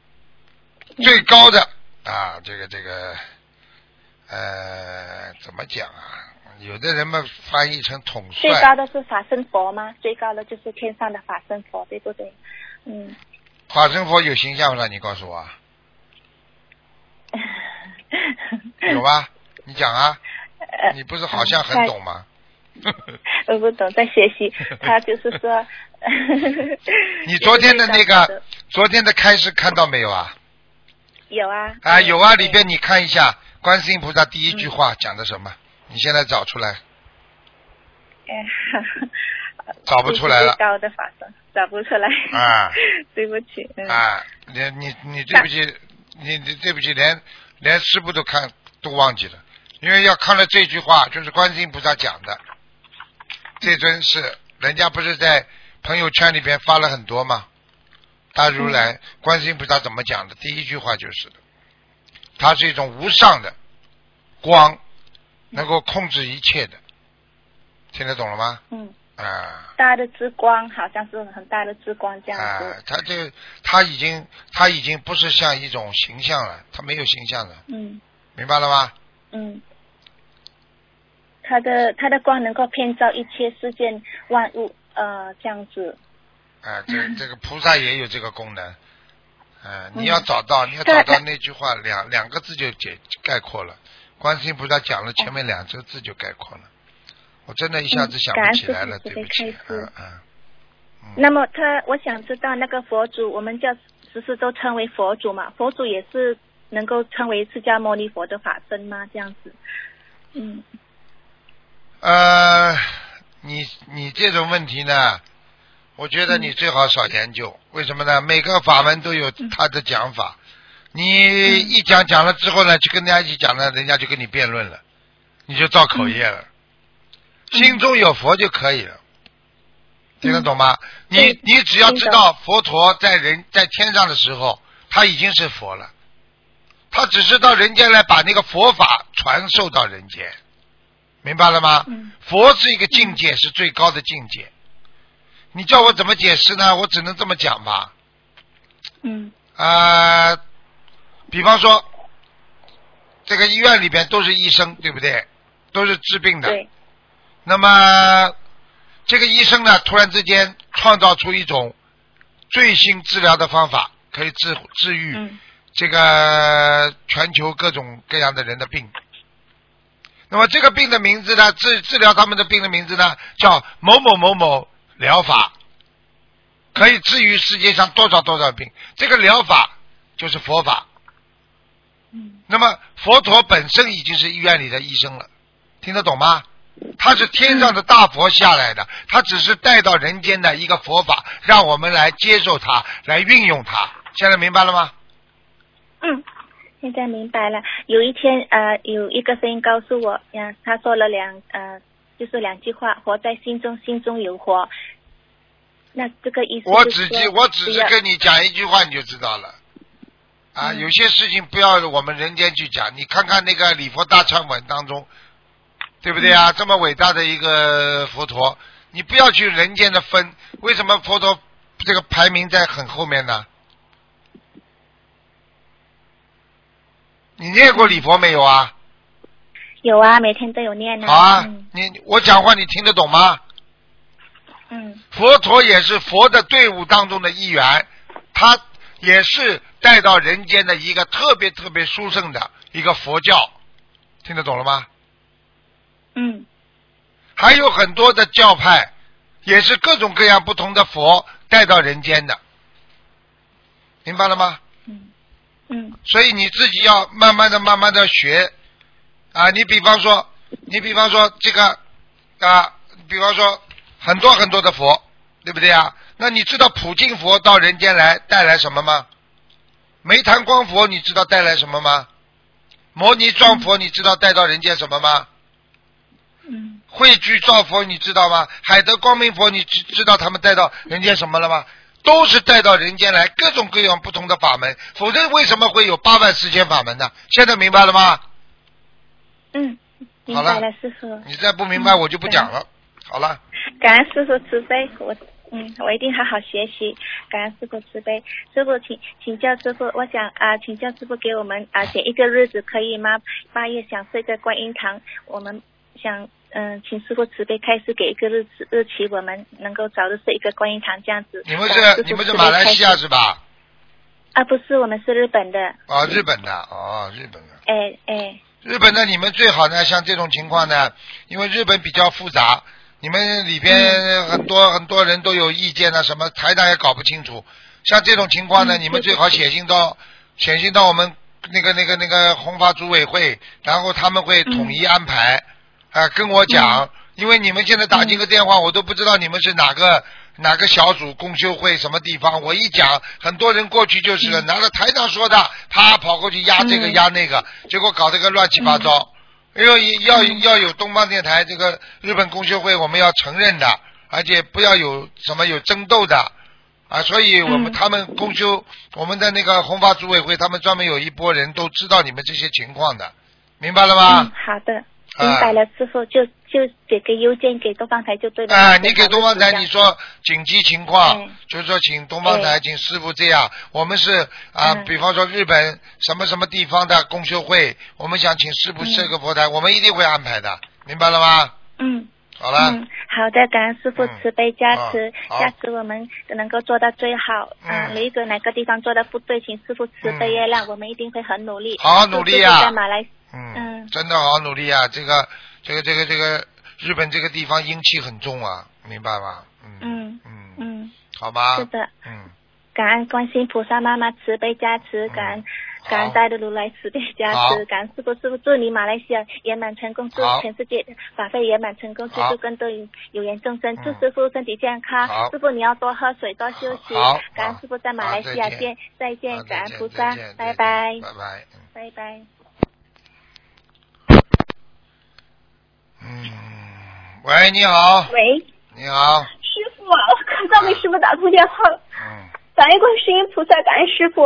怎么讲啊？有的人们翻译成统帅。 最高的是法身佛吗？最高的就是天上的法身佛，对不对？ 法身佛有形象吗？你告诉我。有吧？你讲啊。你不是好像很懂吗？ 我不懂，在学习。他就是说。 你昨天的开示看到没有啊？ 有啊。 有啊，里边你看一下观世音菩萨第一句话讲的什么？你现在找出来。找不出来了。 最高的法身找不出来。对不起。 你对不起，你对不起，连师父都忘记了，因为要看了这句话，就是观世音菩萨讲的。这尊是人家不是在朋友圈里边发了很多吗？大如来观世音菩萨怎么讲的？第一句话就是的，它是一种无上的光，能够控制一切的，听得懂了吗？ 大的之光，好像是很大的之光这样子。 他已经不是像一种形象了，他没有形象了。明白了吗？ 他的光能够遍照一切世间万物，这样子。 这个菩萨也有这个功能。你要找到那句话两个字就概括了。观世音菩萨讲了前面2个字就概括了。我真的一下子想不起来了，对不起。 那么我想知道那个佛祖，我们叫时时都称为佛祖嘛？佛祖也是能够称为释迦牟尼佛的法身吗？这样子。 你这种问题呢，我觉得你最好少研究。为什么呢？每个法门都有他的讲法。你一讲了之后呢，去跟人家一起讲呢，人家就跟你辩论了，你就造口业了。心中有佛就可以了，听得懂吗？你只要知道佛陀在天上的时候，他已经是佛了，他只是到人间来把那个佛法传授到人间，明白了吗？佛是一个境界，是最高的境界。你叫我怎么解释呢？我只能这么讲吧。比方说，这个医院里边都是医生，对不对？都是治病的。 对。 那么这个医生呢，突然之间创造出一种最新治疗的方法，可以治愈这个全球各种各样的人的病。那么这个病的名字呢，治疗他们的病的名字呢，叫某某某某疗法，可以治愈世界上多少多少病。这个疗法就是佛法。那么佛陀本身已经是医院里的医生了，听得懂吗？他是天上的大佛下来的，他只是带到人间的一个佛法，让我们来接受它，来运用它。现在明白了吗？ 现在明白了。有一天有一个声音告诉我，他说了就是2句话：活在心中，心中有活。那这个意思我只是跟你讲一句话你就知道了。有些事情不要我们人间去讲，你看看那个礼佛大忏文当中，对不对啊？这么伟大的一个佛陀，你不要去人间的分。为什么佛陀这个排名在很后面呢？你念过礼佛没有啊？ 有啊，每天都有念啊。 好啊，我讲话你听得懂吗？佛陀也是佛的队伍当中的一员，他也是带到人间的一个特别特别殊胜的一个佛教，听得懂了吗？还有很多的教派，也是各种各样不同的佛带到人间的，明白了吗？所以你自己要慢慢的学你比方说这个比方说很多很多的佛，对不对啊？那你知道普净佛到人间来带来什么吗？煤炭光佛你知道带来什么吗？摩尼庄佛你知道带到人间什么吗？汇聚照佛你知道吗？海德光明佛你知道他们带到人间什么了吗？都是带到人间来，各种各样不同的法门，否则为什么会有8万4千法门呢？现在明白了吗？ 明白了，师父。 你再不明白我就不讲了。好了。 感恩师父慈悲，我一定好好学习。感恩师父慈悲。师父请教师父，我想请教师父给我们选一个日子可以吗？8月想设一个观音堂，我们想请师父慈悲开始给一个日期，我们能够早日设一个观音堂这样子。 你们是马来西亚是吧？ 不是，我们是日本的。 日本的日本的。日本的你们最好呢，像这种情况呢，因为日本比较复杂，你们里边很多人都有意见什么台长也搞不清楚。像这种情况呢，你们最好写信到我们那个弘法组委会，然后他们会统一安排跟我讲。因为你们现在打进个电话，我都不知道你们是哪个小组共修会什么地方。我一讲，很多人过去就是拿了台长说的，他跑过去压这个压那个，结果搞得个乱七八糟。因为要有东方电台这个日本共修会，我们要承认的，而且不要有什么有争斗的所以他们共修，我们的那个弘法组委会，他们专门有一拨人都知道你们这些情况的，明白了吗？ 好的，明白了，师父就写个邮件给东方台就对了。 你给东方台你说紧急情况，就是说请东方台请师父这样，我们是比方说日本什么什么地方的共修会，我们想请师父设个佛台，我们一定会安排的， 明白了吗？ 嗯。 好了。 好的，感恩师父慈悲加持，加持我们能够做到最好。有一个哪个地方做的不对，请师父慈悲原谅，我们一定会很努力。 好好努力啊！ 在马来， 真的好好努力啊！这个日本这个地方阴气很重啊，明白吗？好吧。 是的。感恩观世音菩萨妈妈慈悲加持，感恩大的如来慈悲加持，感恩师父祝你马来西亚圆满成功，祝全世界法会圆满成功，祝更多有缘众生，祝师父身体健康。师父你要多喝水，多休息。感恩师父在马来西亚见，再见，感恩菩萨，拜拜， 拜拜， 拜拜。 喂，你好。 喂， 你好。 师父啊，我刚刚给师父打通电话了。感恩观世音菩萨，感恩师父。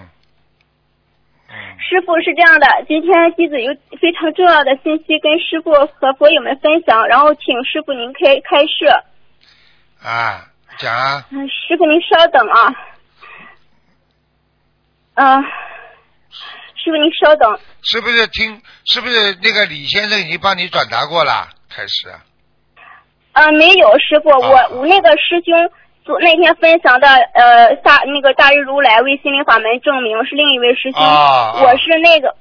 师父是这样的，今天弟子有非常重要的信息跟师父和佛友们分享，然后请师父您开示。 讲啊。 师父您稍等啊。师父您稍等。 是不是那个李先生已经帮你转达过了？开始。 没有，师父，我那个师兄那天分享的大日如来为心灵法门证明是另一位师兄。我是那个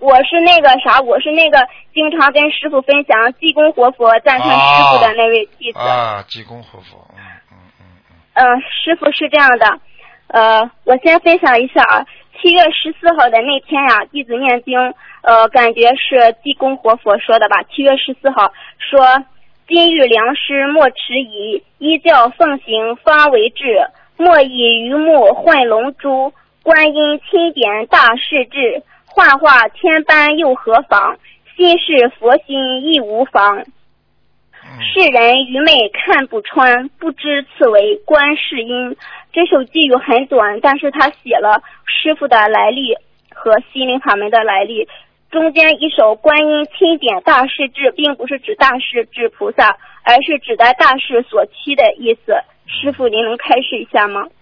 经常跟师父分享济公活佛赞叹师父的那位弟子。 济公活佛。 师父是这样的，我先分享一下啊。7月14号的那天呀，弟子念经，感觉是济公活佛说的吧。7月14号说。今日良师莫迟疑，依教奉行方为治。莫以榆木混龙珠，观音钦点大势至。幻化千般又何妨？心是佛心亦无妨。世人愚昧看不穿，不知此为观世音。这首寄语很短，但是他写了师父的来历和心灵法门的来历。中间一首观音钦点大势至，并不是指大势至菩萨，而是指代大势所趋的意思。师父您能开示一下吗？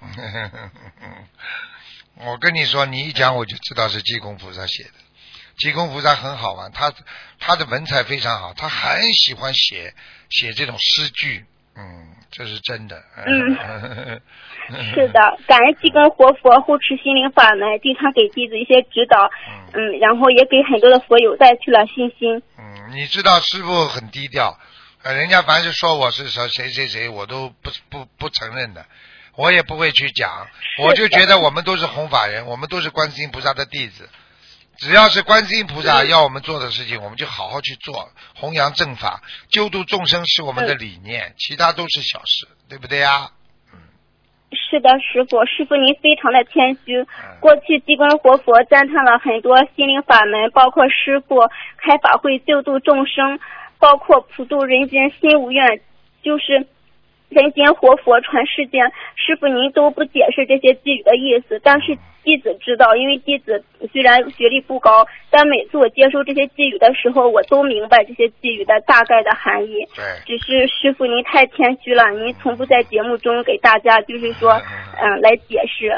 我跟你说，你一讲我就知道是济公菩萨写的。济公菩萨很好玩，他的文采非常好，他很喜欢写这种诗句，这是真的。 是的，感恩济公活佛护持心灵法门，经常给弟子一些指导，然后也给很多的佛友带去了信心。 你知道师父很低调，人家凡是说我是谁，我都不承认的，我也不会去讲，我就觉得我们都是弘法人，我们都是观世音菩萨的弟子。只要是观世音菩萨要我们做的事情，我们就好好去做，弘扬正法，救度众生是我们的理念，其他都是小事，对不对呀？ 是的，师父您非常的谦虚。过去济公活佛赞叹了很多心灵法门，包括师父开法会救度众生，包括普度人间心无怨，就是人间活佛传世间。师父您都不解释这些寄语的意思，但是弟子知道，因为弟子虽然学历不高，但每次我接收这些寄语的时候，我都明白这些寄语的大概的含义。只是师父您太谦虚了，您从不在节目中给大家就是说来解释。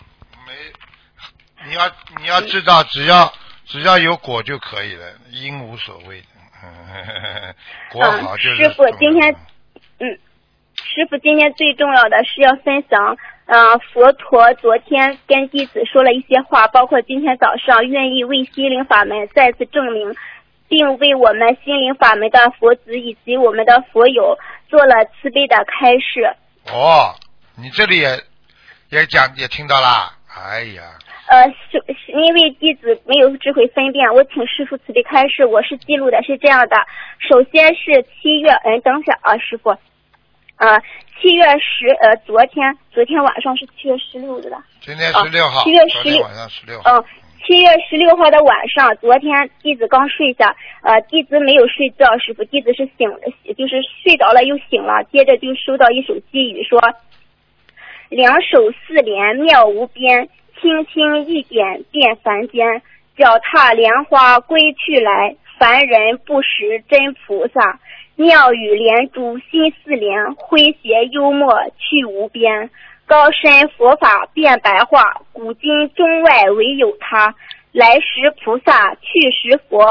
你要知道，只要有果就可以了，因无所谓的。果好就是。 师父今天师父今天最重要的是要分享佛陀昨天跟弟子说了一些话，包括今天早上愿意为心灵法门再次证明，并为我们心灵法门的佛子以及我们的佛友做了慈悲的开示。 你这里也听到啦？哎呀， 因为弟子没有智慧分辨，我请师父慈悲开示，我是记录的是这样的。首先是7月等一下啊，师父7月昨天晚上是7月16日的。 今天16号。7 月16 晚上16号。 7月16号的晚上，昨天弟子刚睡下，弟子没有睡觉，师父，弟子是就是睡着了又醒了，接着就收到一首寄语说：两手四莲妙无边，轻轻一点变凡间，脚踏莲花归去来，凡人不识真菩萨。妙语连珠心似莲，诙谐幽默去无边。高深佛法变白话，古今中外唯有他。来时菩萨，去时佛，此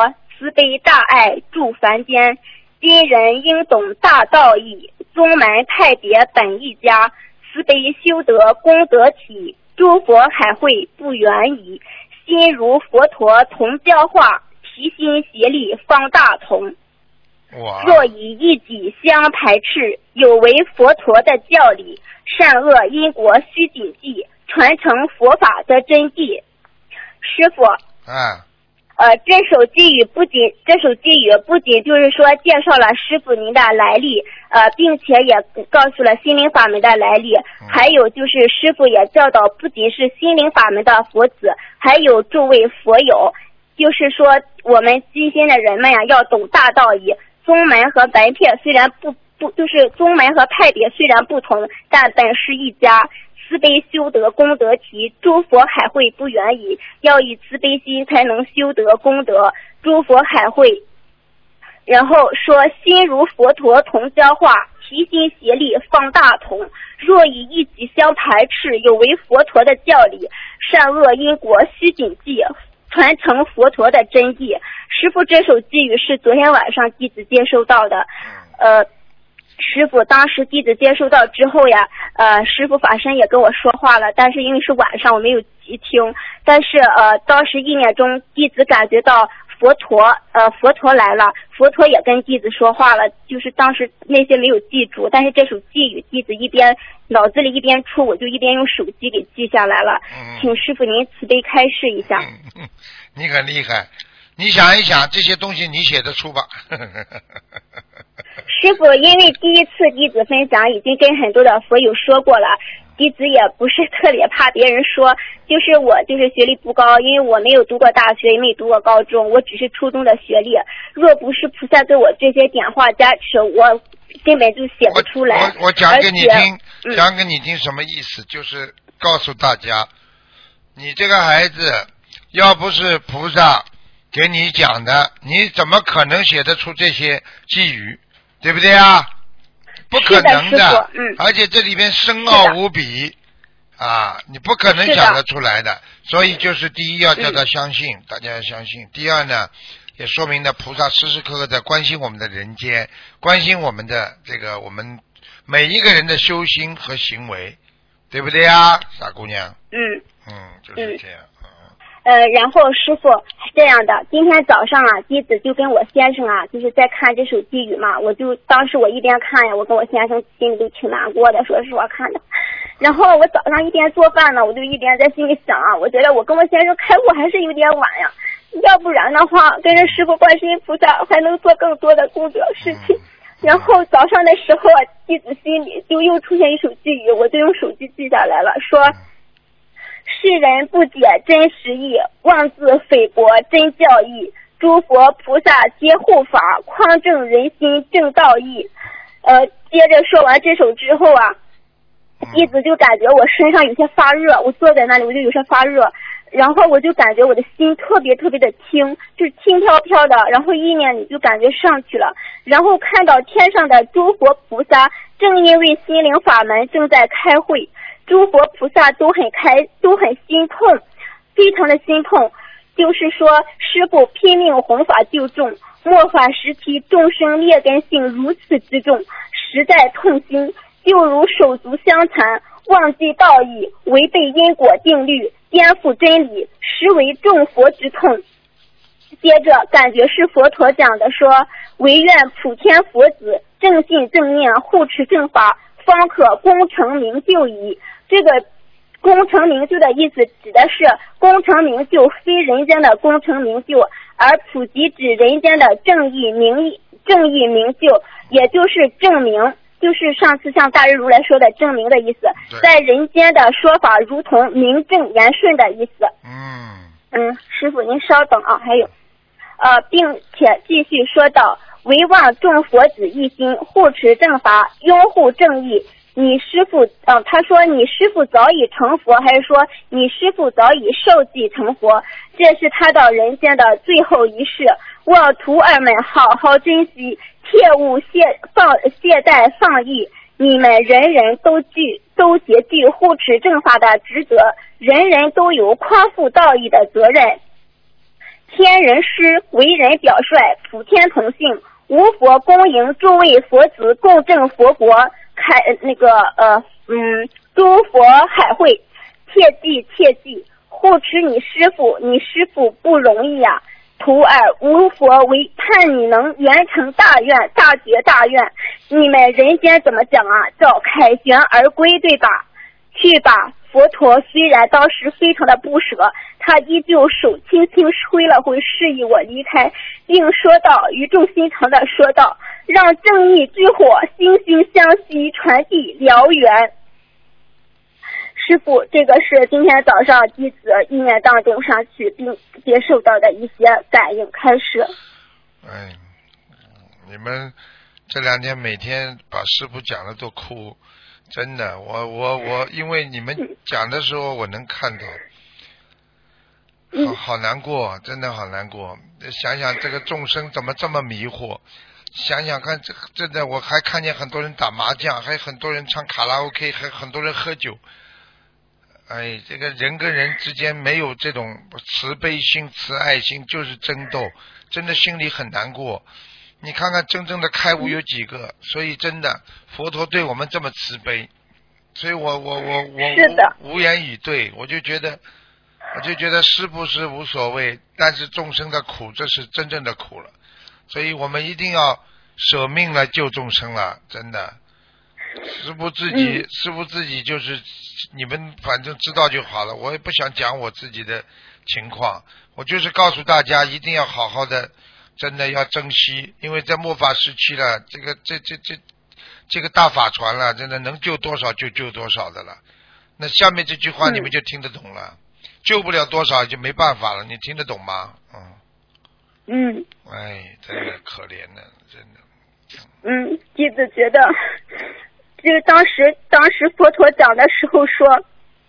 慈悲大爱住凡间，今人应懂大道义，宗门派别本一家，慈悲修德功德体，诸佛海会不远矣，心如佛陀同教化，齐心协力方大同。若以一己相排斥，有违佛陀的教理，善恶因果须谨记，传承佛法的真谛。师父，这首寄语不仅就是说介绍了师父您的来历，并且也告诉了心灵法门的来历，还有就是师父也教导不仅是心灵法门的佛子，还有诸位佛友，就是说我们基心的人们呀，要懂大道义。宗门和门派虽然就是宗门和派别虽然不同，但本是一家。慈悲修德功德体，诸佛海会不远矣。要以慈悲心才能修德功德，诸佛海会。然后说心如佛陀同教化，齐心协力方大同。若以一己相排斥，有违佛陀的教理，善恶因果须谨记，传承佛陀的真谛。师父这首寄语是昨天晚上弟子接收到的，师父当时弟子接收到之后呀，师父法身也跟我说话了，但是因为是晚上我没有急听，但是当时意念中弟子感觉到佛陀来了，佛陀也跟弟子说话了，就是当时那些没有记住，但是这首寄语弟子一边脑子里一边出，我就一边用手机给记下来了，请师父您慈悲开示一下。 你很厉害，你想一想这些东西你写得出吧？ 师父，因为第一次弟子分享已经跟很多的佛友说过了，弟子也不是特别怕别人说，就是我就是学历不高，因为我没有读过大学，也没读过高中，我只是初中的学历，若不是菩萨给我这些点化加持，我根本就写不出来。 我讲给你听，讲给你听什么意思，就是告诉大家，你这个孩子要不是菩萨给你讲的，你怎么可能写得出这些寄语，对不对啊？不可能的，而且这里边深奥无比啊，你不可能讲得出来的。所以就是第一要叫他相信，大家要相信。第二呢，也说明了菩萨时时刻刻在关心我们的人间，关心我们的这个我们每一个人的修心和行为，对不对啊，傻姑娘？就是这样。 然后师父是这样的，今天早上啊，弟子就跟我先生啊，就是在看这首寄语嘛，当时我一边看呀，我跟我先生心里都挺难过的，说实话看的。然后我早上一边做饭呢，我就一边在心里想啊，我觉得我跟我先生开悟还是有点晚呀，要不然的话，跟着师父观世音菩萨还能做更多的功德事情。然后早上的时候啊，弟子心里就又出现一首寄语，我就用手机记下来了，说世人不解真实义，妄自菲薄真教义，诸佛菩萨皆护法，匡正人心正道义。接着说完这首之后啊，弟子就感觉我身上有些发热，我坐在那里我就有些发热，然后我就感觉我的心特别特别的轻，就是轻飘飘的，然后意念里就感觉上去了，然后看到天上的诸佛菩萨正因为心灵法门正在开会，诸佛菩萨都很心痛，非常的心痛，就是说师父拼命弘法救众，末法时期众生劣根性如此之重，实在痛心，就如手足相残，忘记道义，违背因果定律，颠覆真理，实为众佛之痛。接着感觉是佛陀讲的，说唯愿普天佛子正信正念，护持正法，方可功成名就矣。这个功成名就的意思指的是功成名就非人间的功成名就，而普及指人间的正义名就，也就是证明，就是上次像大日如来说的证明的意思，在人间的说法如同名正言顺的意思。师父您稍等啊，还有并且继续说道，唯望众佛子一心，护持正法，拥护正义。你师父他说你师父早已成佛，还是说你师父早已受记成佛？这是他到人间的最后一世，望徒儿们好好珍惜，切勿懈怠放逸。你们人人都竭具护持正法的职责，人人都有匡扶道义的责任。 天人师，为人表率，普天同庆，无佛恭迎诸位佛子，共振佛国，诸佛海会，切记，护持你师父，你师父不容易呀。徒儿无佛为盼你能圆成大愿，大觉大愿。你们人间怎么讲啊？叫凯旋而归，对吧？去吧。佛陀虽然当时非常的不舍，他依旧手轻轻挥了挥，示意我离开，并说道，语重心长的说道，让正义之火惺惺相惜，传递燎原。师父，这个是今天早上弟子意念当中上去并接受到的一些感应开始。 你们这2天每天把师父讲的都哭，真的，我因为你们讲的时候我能看到，好难过，真的好难过。想想这个众生怎么这么迷惑，想想看，真的我还看见很多人打麻将，还有很多人唱卡拉 OK， 还有很多人喝酒。这个人跟人之间没有这种慈悲心、慈爱心，就是争斗，真的心里很难过。你看看真正的开悟有几个？所以真的佛陀对我们这么慈悲，所以我无言以对。我就觉得师父是无所谓，但是众生的苦，这是真正的苦了。所以我们一定要舍命来救众生了，真的。师父自己就是你们反正知道就好了，我也不想讲我自己的情况，我就是告诉大家一定要好好的，真的要珍惜，因为在末法时期了，这个大法船了，真的能救多少就救多少的了。那下面这句话你们就听得懂了，救不了多少就没办法了，你听得懂吗？真的可怜的，真的。 弟子觉得就是当时佛陀讲的时候说，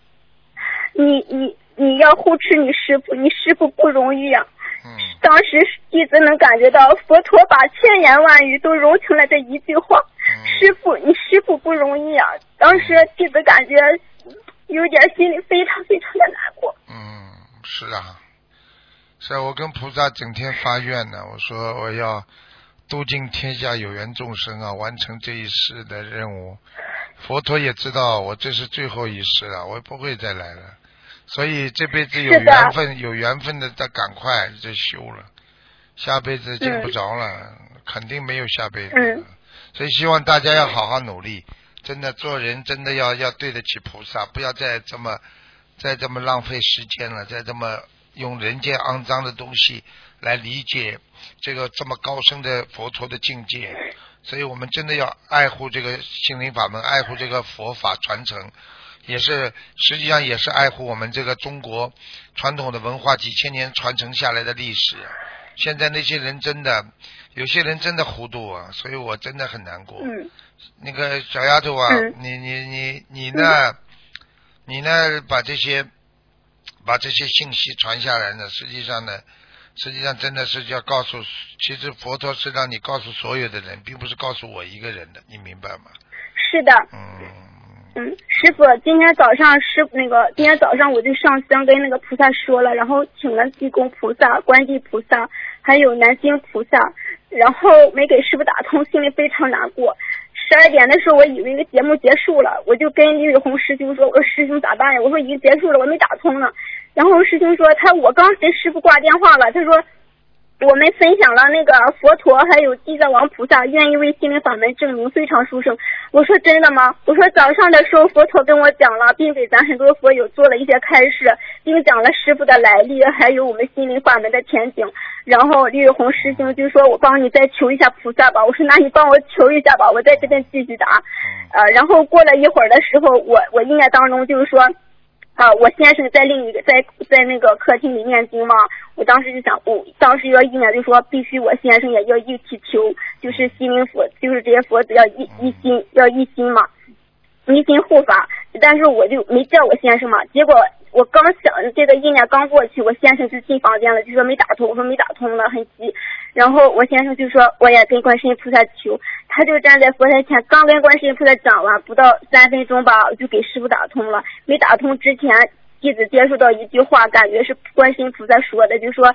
你要护持你师父，你师父不容易啊。当时弟子能感觉到佛陀把千言万语都融成了这一句话，师父，你师父不容易啊。当时弟子感觉有点心里非常非常的难过。 是啊，我跟菩萨整天发愿呢，我说我要度尽天下有缘众生啊，完成这一世的任务。佛陀也知道我这是最后一世了，我不会再来了，所以这辈子有缘分的赶快就修了，下辈子见不着了，肯定没有下辈子了。所以希望大家要好好努力，真的做人真的要对得起菩萨，不要再这么浪费时间了，再这么用人间肮脏的东西来理解这个这么高深的佛陀的境界。所以我们真的要爱护这个心灵法门，爱护这个佛法传承，实际上也是爱护我们这个中国传统的文化几千年传承下来的历史。现在那些人有些人真的糊涂啊，所以我真的很难过。那个小丫头啊，你呢把这些信息传下来呢，实际上真的是要告诉，其实佛陀是让你告诉所有的人，并不是告诉我一个人的，你明白吗？ 是的。师父，今天早上我就上香跟那个菩萨说了，然后请了济公菩萨、观地菩萨还有南京菩萨，然后没给师父打通，心里非常难过。12点的时候我以为这个节目结束了，我就跟李伟红师兄说，我说师兄咋办呀？我说已经结束了，我没打通呢。然后师兄说我刚跟师父挂电话了，他说我们分享了那个佛陀还有地藏王菩萨愿意为心灵法门证明，非常殊胜。我说真的吗？我说早上的时候佛陀跟我讲了，并给咱很多佛友做了一些开示，并讲了师父的来历还有我们心灵法门的前景。然后李伟红师兄就说我帮你再求一下菩萨吧，我说那你帮我求一下吧，我在这边继续打。然后过了一会儿的时候，我应该当中就是说我先生在另一个在那个客厅里念经嘛，我当时就想，当时要意念就说必须我先生也要一起求，就是心灵佛，就是这些佛子要一心嘛，一心护法。但是我就没叫我先生嘛，结果我刚想这个意念刚过去，我先生就进房间了，就说没打通，我说没打通了，很急。然后我先生就说我也跟观世音菩萨求，他就站在佛台前，刚跟观世音菩萨讲完不到3分钟吧，我就给师父打通了。没打通之前，弟子接触到一句话，感觉是观世音菩萨说的，就说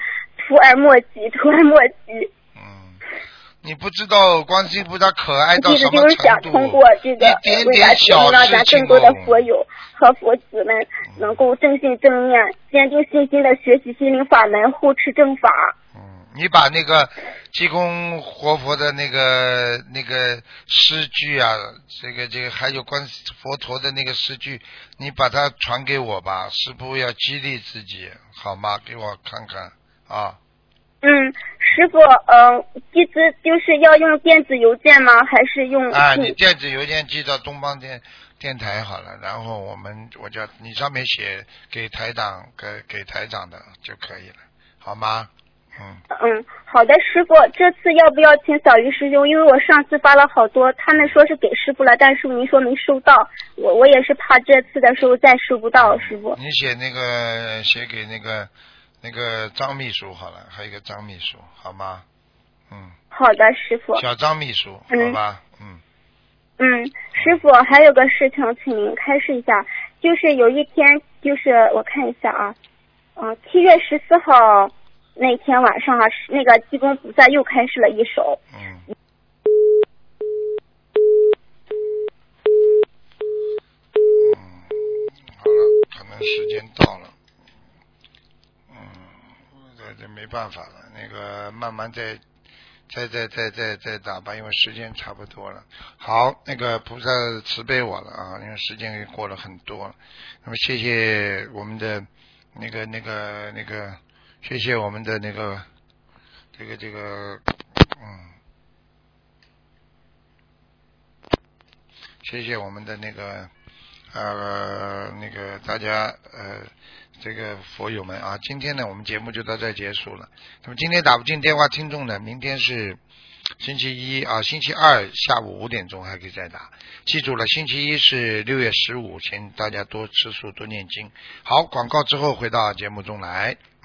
扶而莫及，徒而莫及。 你不知道观世音菩萨可爱到什么程度？ 就是想通过这个为大节目，让咱更多的佛友和佛子们能够正信正念、坚定信心的学习心灵法门，护持正法。 你把那个济公活佛的那个诗句啊，这个还有观佛陀的那个诗句，你把它传给我吧，师父要激励自己，好吗？给我看看啊。 师傅，弟子就是要用电子邮件吗？还是用？ 你电子邮件寄到东方电台好了，然后我叫你上面写给台长给台长的就可以了，好吗？ 好的，师傅，这次要不要请小鱼师兄？因为我上次发了好多，他们说是给师傅了，但是您说没收到，我也是怕这次的时候再收不到，师傅。 你写给那个张秘书好了，还有一个张秘书，好吗？ 好的，师傅。 小张秘书，好吧？ 师傅，还有个事情，请您开示一下，就是有一天，就是我看一下啊，7月14号那天晚上啊，那个济公菩萨又开示了一首。 好了，可能时间到了。这没办法了，那个慢慢再打吧，因为时间差不多了。好，那个菩萨慈悲我了啊，因为时间也过了很多了。那么谢谢我们的那个，谢谢我们的谢谢我们的大家这个佛友们啊，今天呢我们节目就到这结束了。那么今天打不进电话听众呢，明天是星期一啊，星期二下午5点钟还可以再打。记住了，星期一是6月15，请大家多吃素多念经。好，广告之后回到节目中来。